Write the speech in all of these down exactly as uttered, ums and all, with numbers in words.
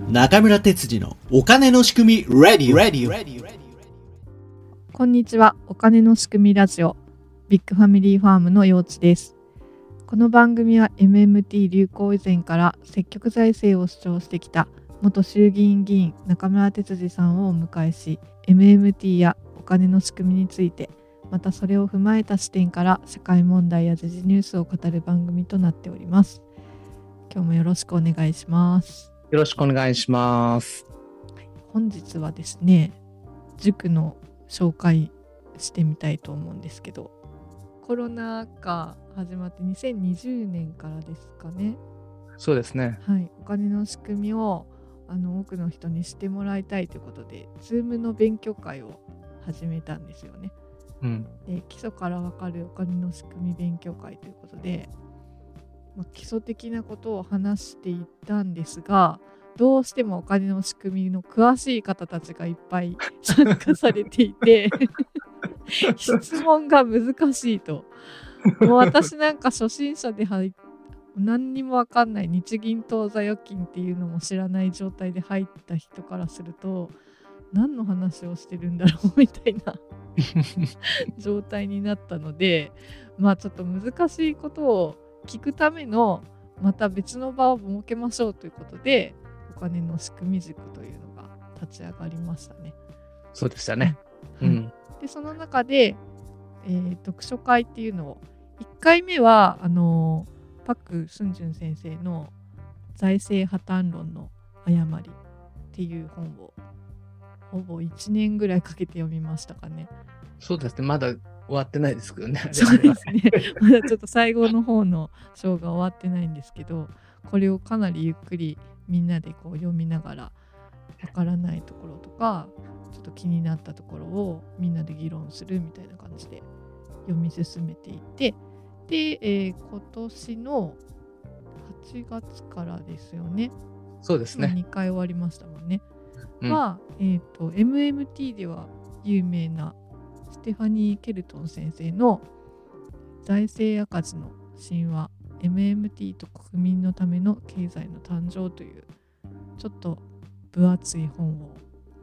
中村哲次のお金の仕組みレディレディ。 こんにちは。お金の仕組みラジオビッグファミリーファームの陽地です。この番組は エムエムティー 流行以前から積極財政を主張してきた元衆議院議員中村哲次さんをお迎えし、 エムエムティー やお金の仕組みについて、またそれを踏まえた視点から社会問題や時事ニュースを語る番組となっております。今日もよろしくお願いします。 よろしくお願いします。 本日はですね、塾の紹介してみたいと思うんですけど、コロナ禍始まってにせんにじゅうねんからですかね。 そうですね。 はい、お金の仕組みをあの多くの人に知ってもらいたいということで、Zoom の勉強会を始めたんですよね。 うん、 で基礎からわかるお金の仕組み勉強会ということで、まあ、基礎的なことを話していったんですが、どうしてもお金の仕組みの詳しい方たちがいっぱい参加されていて質問が難しいと。もう私なんか初心者で入っ何にも分かんない日銀当座預金っていうのも知らない状態で入った人からすると、何の話をしてるんだろうみたいな状態になったので、まあちょっと難しいことを聞くためのまた別の場を設けましょうということで、お金の仕組み塾というのが立ち上がりましたね。 そうでしたね。 うんうん、 でその中で、えー、読書会っていうのをいっかいめはあのー、パク・スンジュン先生の財政破綻論の誤りっていう本をほぼいちねんぐらいかけて読みましたかね。 そうですね。まだ終わってないですけどね。 そうですね。まだちょっと最後の方の章が終わってないんですけど、これをかなりゆっくりみんなでこう読みながら、わからないところとかちょっと気になったところをみんなで議論するみたいな感じで読み進めていて、で、えー、今年のはちがつからですよね。 そうですね。 にかい終わりましたもんね。 うん、 は、えーと、エムエムティー では有名なステファニー・ケルトン先生の財政赤字の神話 エムエムティー と国民のための経済の誕生というちょっと分厚い本を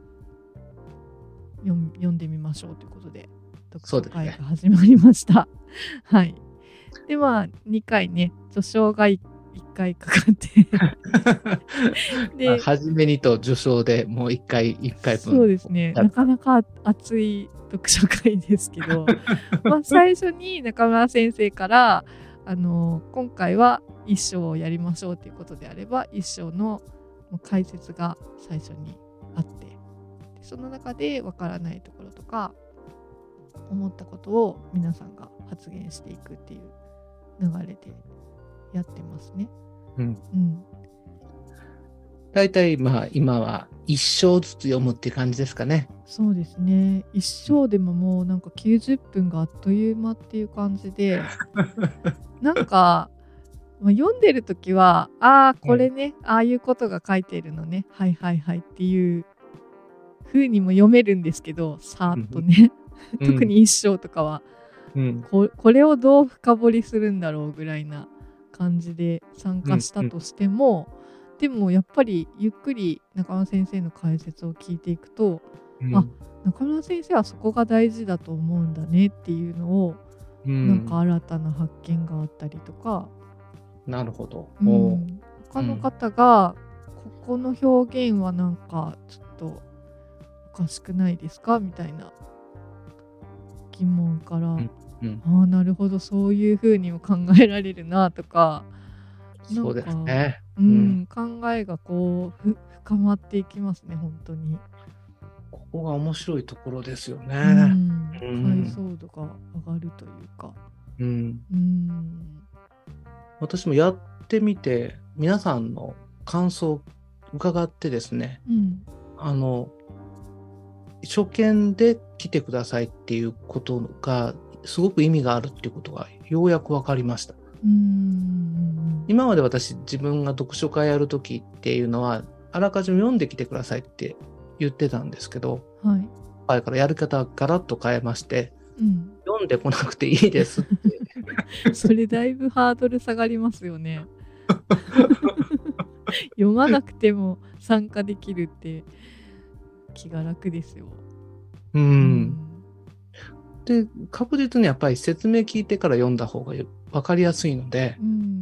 読ん、読んでみましょうということで読書会が始まりました。はい。でまあにかいね、序章がいっかいかかってで、まあ、初めにと序章でもういっかいいっかいぶん。 そうですね。なかなか熱い読書会ですけどまあ最初に中村先生からあの今回は一章をやりましょうということであれば、一章の解説が最初にあって、でその中でわからないところとか思ったことを皆さんが発言していくっていう流れでやってますね。 うんうん、 だいたいまあ今は一章ずつ読むっていう感じですかね。 そうですね。一章でももうなんかきゅうじゅっぷんがあっという間っていう感じでなんかまあ、読んでるときはああこれね、うん、ああいうことが書いているのね、はいはいはいっていう風にも読めるんですけど、さーっとね、うん、特に一章とかは、うん、こ, これをどう深掘りするんだろうぐらいな感じで参加したとしても、うんうん、でもやっぱりゆっくり中村先生の解説を聞いていくと、うん、あ中村先生はそこが大事だと思うんだねっていうのを、うん、なんか新たな発見があったりとか、 なるほど、 うん、他の方が、うん、ここの表現はなんかちょっとおかしくないですかみたいな疑問から、うんうん、ああなるほどそういう風にも考えられるなとか、なんかそうですね、 うんうん、考えがこうふ深まっていきますね本当に。 ここが面白いところですよね。 うんうん、解像度が上がるというか、 うんうん私もやってみて皆さんの感想を伺ってですね、うん、あの初見で来てくださいっていうことがすごく意味があるっていうことがようやく分かりました。うん、今まで私自分が読書会やるときっていうのはあらかじめ読んできてくださいって言ってたんですけど、はい、前からやり方をガラッと変えまして、うん、読んでこなくていいですってそれだいぶハードル下がりますよね読まなくても参加できるって気が楽ですよ。 うん、うん、で確実にやっぱり説明聞いてから読んだ方が分かりやすいので、 うん、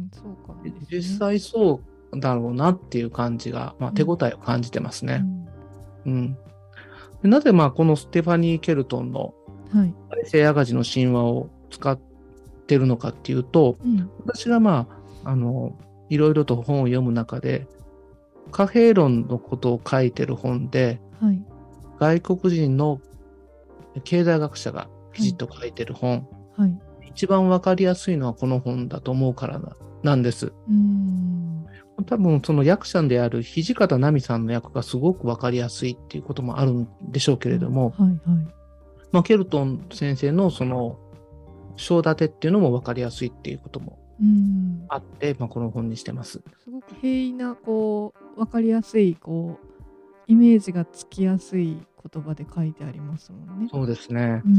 そうかもですね、 実際そうだろうなっていう感じが、まあ、手応えを感じてますね。うんうん、でなぜまあこのステファニー・ケルトンの大聖アガジの神話を使ってるのかっていうと、うん、私がまああのいろいろと本を読む中で貨幣論のことを書いてる本で、はい、外国人の経済学者がきちっと書いてる本、はいはい、一番わかりやすいのはこの本だと思うからな、なんです。うーん、多分その役者である土方奈美さんの役がすごくわかりやすいっていうこともあるんでしょうけれども、はいはい、まあ、ケルトン先生のその章立てっていうのもわかりやすいっていうこともあって、まあ、この本にしてます。 すごく平易なこうわかりやすいこうイメージがつきやすい言葉で書いてありますもんね。 そうですね。うん、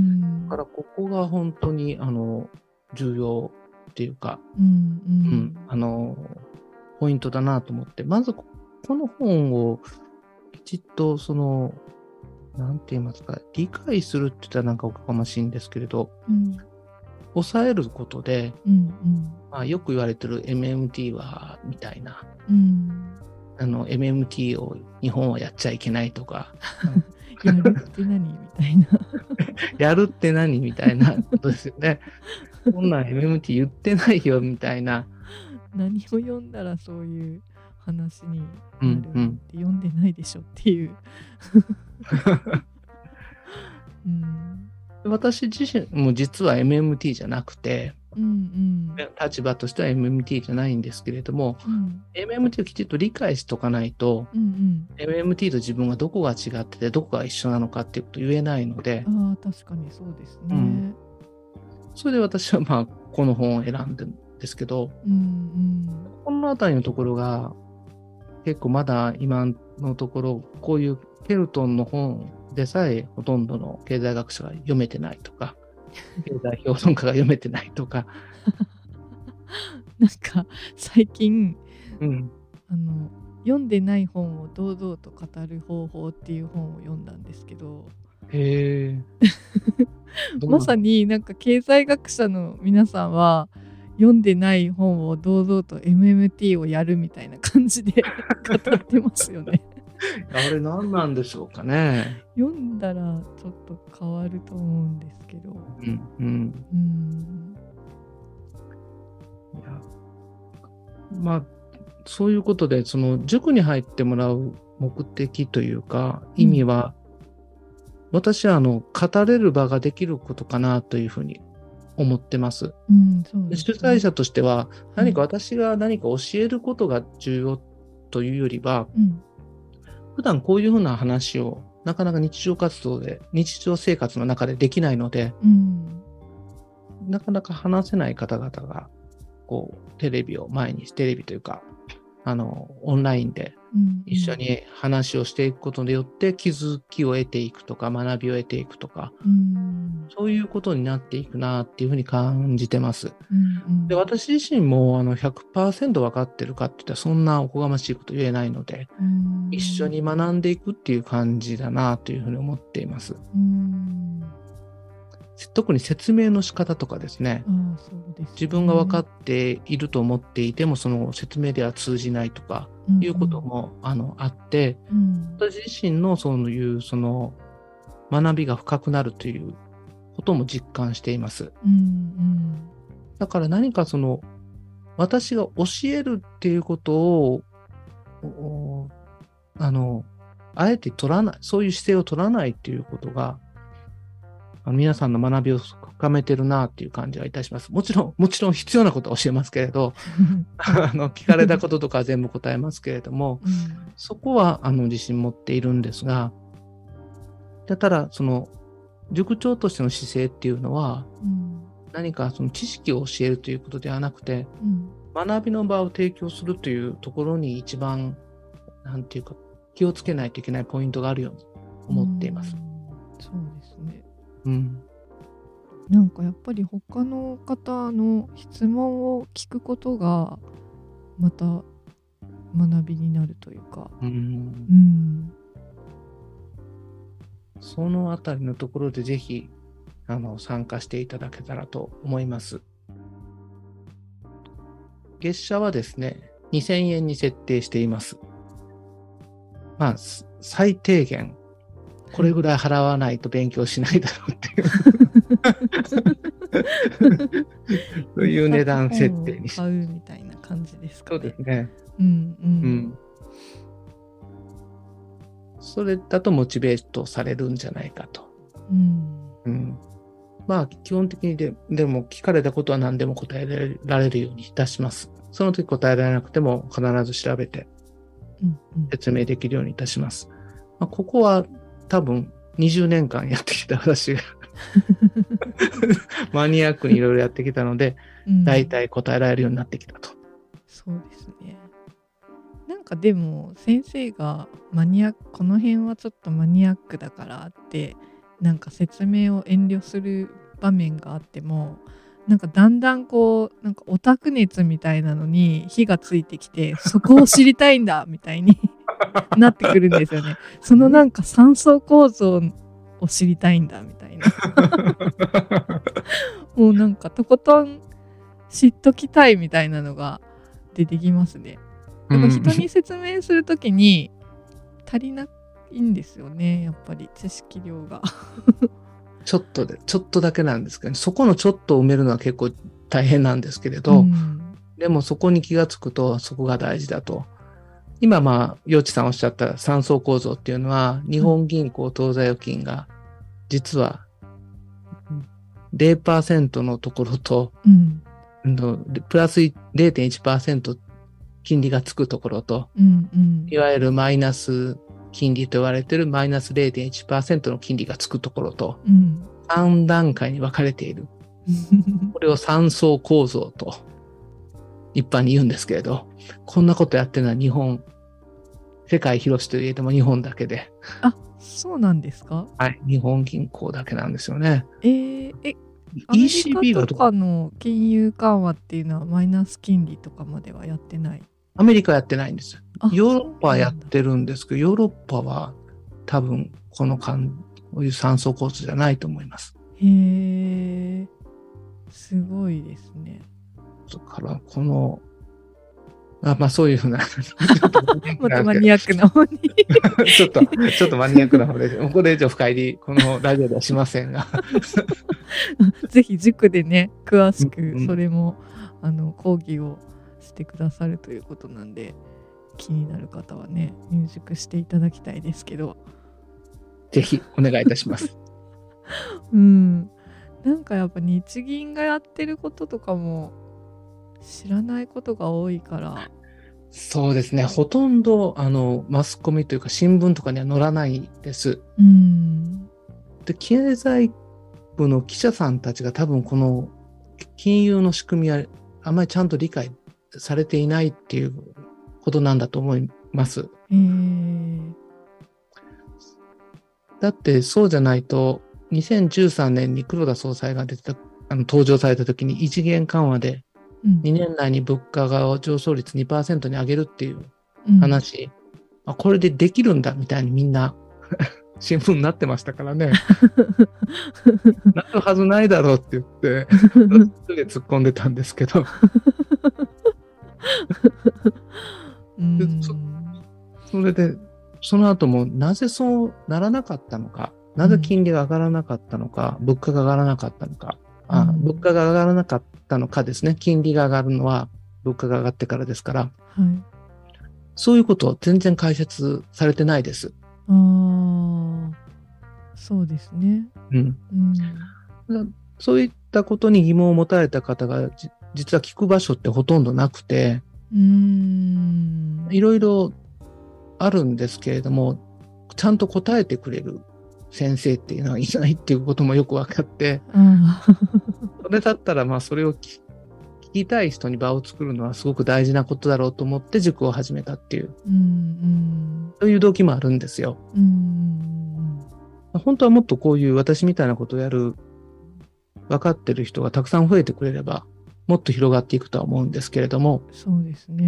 だからここが本当にあの重要っていうか、うんうんうん、あのポイントだなと思って、まずこの本をきちっとそのなんて言いますか、理解するって言ったらなんかおこがましいんですけれど、うん、抑えることで、うんうんまあ、よく言われてる エムエムティー はみたいな、うん、あの エムエムティー を日本はやっちゃいけないとかやるって何みたいなやるって何みたいなことですよね。こんなん エムエムティー 言ってないよみたいな。 何を読んだらそういう話になるって読んでないでしょっていう、 うん、私自身も実は エムエムティー じゃなくて、うんうん、立場としては エムエムティー じゃないんですけれども、うん、エムエムティー をきちっと理解しとかないと、うんうん、エムエムティー と自分がどこが違っててどこが一緒なのかっていうこと言えないので、 あ、確かにそうですね、うん、 それで私はまあこの本を選んでるんですけど、うんうん、このあたりのところが結構まだ今のところこういうケルトンの本でさえほとんどの経済学者が読めてないとか経済評論家が読めてないとかなんか最近、うん、あの読んでない本を堂々と語る方法っていう本を読んだんですけど、へーまさになんか経済学者の皆さんは読んでない本を堂々と エムエムティー をやるみたいな感じで語ってますよね。 あれ何なんでしょうかね。 読んだらちょっと変わると思うんですけど。うんうん。うん、 いやまあそういうことでその塾に入ってもらう目的というか意味は、うん、私はあの語れる場ができることかなというふうに思ってます。うんそうですね、主催者としては何か私が何か教えることが重要というよりは、うん、普段こういうふうな話をなかなか日常活動で日常生活の中でできないので、うん、なかなか話せない方々がこうテレビを前にテレビというかあのオンラインで一緒に話をしていくことによって気づきを得ていくとか学びを得ていくとか、うん、そういうことになっていくなっていうふうに感じてます、うんうん、で私自身もあの ひゃくパーセント 分かってるかっていったらそんなおこがましいこと言えないので、うん、一緒に学んでいくっていう感じだなというふうに思っています、うん、特に説明の仕方とかですね、ああ、そうですね、自分が分かっていると思っていてもその説明では通じないとかいうことも、うん、あのあって、うん、私自身のそういうその学びが深くなるということも実感しています、うんうん、だから何かその私が教えるっていうことをあのあえて取らないそういう姿勢を取らないっていうことが皆さんの学びを深めてるなっていう感じがいたします。もちろん、もちろん必要なことは教えますけれど、あの聞かれたこととかは全部答えますけれども、うん、そこはあの自信持っているんですが、だただその塾長としての姿勢っていうのは、うん、何かその知識を教えるということではなくて、うん、学びの場を提供するというところに一番なんていうか気をつけないといけないポイントがあるように思っています。 うん、そうですね。 うん、 なんかやっぱり他の方の質問を聞くことがまた学びになるというか、 うん、 うん、 そのあたりのところでぜひあの参加していただけたらと思います。月謝はですね、にせんえんに設定しています。まあ、最低限、これぐらい払わないと勉強しないだろうっていう、そういう値段設定にして。 買うみたいな感じですかね。 そうですね。 うんうん。 うん。それだとモチベートされるんじゃないかと。 うんうん、まあ、基本的にで、でも聞かれたことは何でも答えられるようにいたします。その時答えられなくても必ず調べて説明できるようにいたします。うんうん、まあ、ここは多分にじゅうねんかんやってきた私がマニアックにいろいろやってきたので、うん、大体答えられるようになってきたと。 そうですね。なんかでも先生がマニアック、この辺はちょっとマニアックだからってなんか説明を遠慮する場面があっても、なんかだんだんこうなんかオタク熱みたいなのに火がついてきて、そこを知りたいんだみたいになってくるんですよね。そのなんか三層構造を知りたいんだみたいなもうなんかとことん知っときたいみたいなのが出てきますね。やっぱ人に説明するときに足りないんですよね、やっぱり知識量がちょっとでちょっとだけなんですけど、ね、そこのちょっとを埋めるのは結構大変なんですけれど、うん、でもそこに気がつくとそこが大事だと。今まあ陽地さんおっしゃった三層構造っていうのは、日本銀行当座預金が実は ゼロパーセント のところと、うん、プラス ゼロてんいちパーセント 金利がつくところと、うんうん、いわゆるマイナス金利と言われているマイナス ゼロてんいちパーセント の金利がつくところと、うん、さん段階に分かれている。これを三層構造と一般に言うんですけれど、こんなことやってるのは日本、世界広しといえども日本だけで。 あ、そうなんですか？ はい、日本銀行だけなんですよね。 えー、え、アメリカとかの金融緩和っていうのはマイナス金利とかまではやってない？ アメリカはやってないんです。ヨーロッパはやってるんですけど、ヨーロッパは多分この間、こういう三層構造じゃないと思います。 へー、すごいですね。 だからこのあ、まあそういうふうなもっとマニアックな方にちょっとちょっとマニアックな方で、これ以上深入りこのラジオではしませんがぜひ塾でね詳しくそれも、うん、あの講義をしてくださるということなんで、気になる方はね入塾していただきたいですけど、 ぜひお願いいたしますうん、なんかやっぱ日銀がやってることとかも知らないことが多いから。 そうですね、ほとんどあのマスコミというか新聞とかには載らないです。 うん、 で経済部の記者さんたちが多分この金融の仕組みはあまりちゃんと理解されていないっていうことなんだと思います。 へー。 だってそうじゃないとにせんじゅうさんねんに黒田総裁が出てたあの登場された時に異次元緩和でにねんまえに物価が上昇率 にパーセント に上げるっていう話、うん、あこれでできるんだみたいにみんな新聞になってましたからねなるはずないだろうって言ってすぐ突っ込んでたんですけどうんそ, それでその後もなぜそうならなかったのか、なぜ金利が上がらなかったのか、うん、物価が上がらなかったのか、あ、うん、物価が上がらなかったのかですね。金利が上がるのは物価が上がってからですから、はい、そういうことを全然解説されてないです。 ああ、そうですね。 うん。うん、そういったことに疑問を持たれた方が実は聞く場所ってほとんどなくて、 うーん、 いろいろあるんですけれども、ちゃんと答えてくれる先生っていうのはいないっていうこともよく分かって、うん、それだったらまあそれを聞きたい人に場を作るのはすごく大事なことだろうと思って塾を始めたっていう、うんうん、そういう動機もあるんですよ。うんうん、本当はもっとこういう私みたいなことをやる分かってる人がたくさん増えてくれれば、 もっと広がっていくとは思うんですけれども、 そうですね。 うん、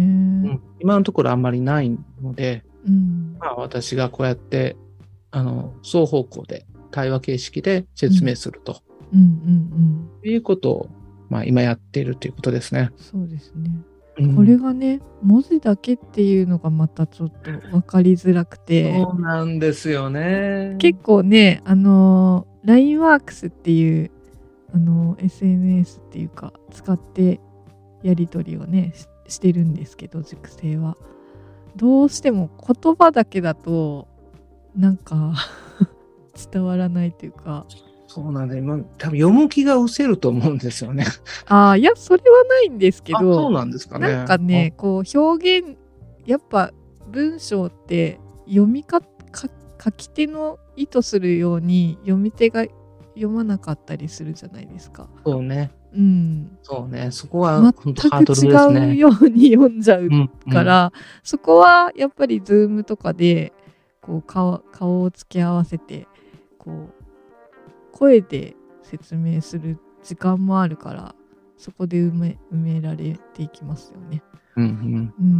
今のところあんまりないので、 うん、 まあ、私がこうやってあの双方向で対話形式で説明すると、 うんうんうんうん、 いうことを、まあ、今やっているということですね。 そうですね。 うん、 これがね、文字だけっていうのがまたちょっと分かりづらくて、 そうなんですよね。 結構ね、あの ライン ワークスっていうあの エスエヌエス っていうか使ってやり取りをね し, してるんですけど、塾生はどうしても言葉だけだとなんか伝わらないというか、 そうなんだ、今多分読む気が失せると思うんですよね。 ああ、いやそれはないんですけど、 あ、そうなんですかね。 なんかね、こう表現、やっぱ文章って読みかか書き手の意図するように読み手が読まなかったりするじゃないですか。 そうね。 うん、 そうね。そこは全本当ハードルですね。 く違うように読んじゃうから、 うんうん、 そこはやっぱりズームとかでこう 顔, 顔を付け合わせてこう声で説明する時間もあるから、そこで埋め埋められていきますよね。 うんうんうん、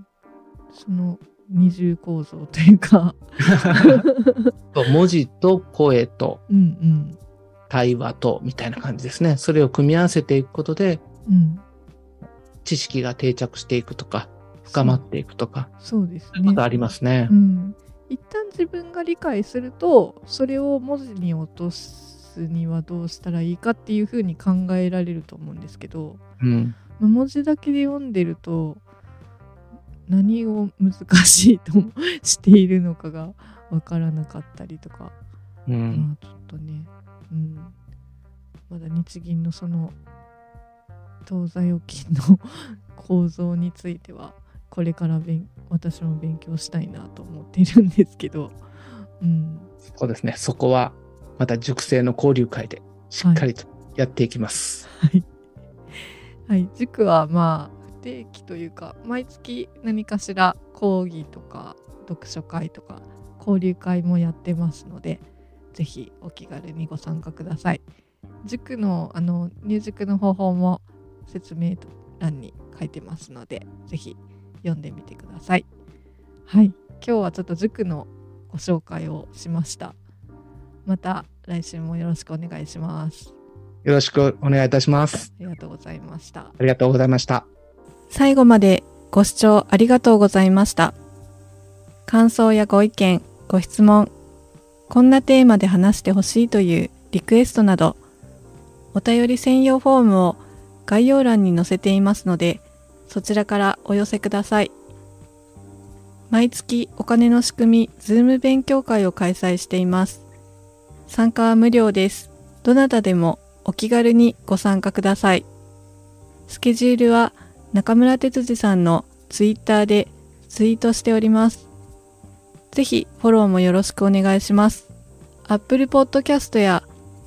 その二重構造というか文字と声とうんうん対話とみたいな感じですね。それを組み合わせていくことで、 うん、 知識が定着していくとか深まっていくとか、 そうですね。 そういうことありますね。 うん、一旦自分が理解すると、それを文字に落とすにはどうしたらいいかっていうふうに考えられると思うんですけど、 うん、 文字だけで読んでると何を難しいとしているのかが分からなかったりとか、 うん、 まあちょっとね、うん、まだ日銀のその当座預金の構造についてはこれから勉私も勉強したいなと思っているんですけど、うん、 そうですね。そこはまた塾生の交流会でしっかりとやっていきます。 はい、はい、塾はまあ不定期というか毎月何かしら講義とか読書会とか交流会もやってますので、ぜひお気軽にご参加ください。塾のあの入塾の方法も説明欄に書いてますので、ぜひ読んでみてください。はい、今日はちょっと塾のご紹介をしました。また来週もよろしくお願いします。 よろしくお願いいたします。 ありがとうございました。 ありがとうございました。 最後までご視聴ありがとうございました。感想やご意見、ご質問、こんなテーマで話してほしいというリクエストなど、お便り専用フォームを概要欄に載せていますので、そちらからお寄せください。毎月お金の仕組み Zoom 勉強会を開催しています。参加は無料です。どなたでもお気軽にご参加ください。スケジュールは中村哲司さんのツイッターでツイートしております。ぜひフォローもよろしくお願いします。Apple Podcast や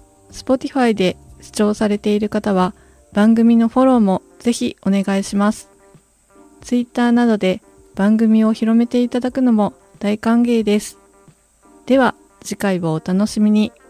Spotify で視聴されている方は番組のフォローもぜひお願いします。ツイッターなどで番組を広めていただくのも大歓迎です。では次回をお楽しみに。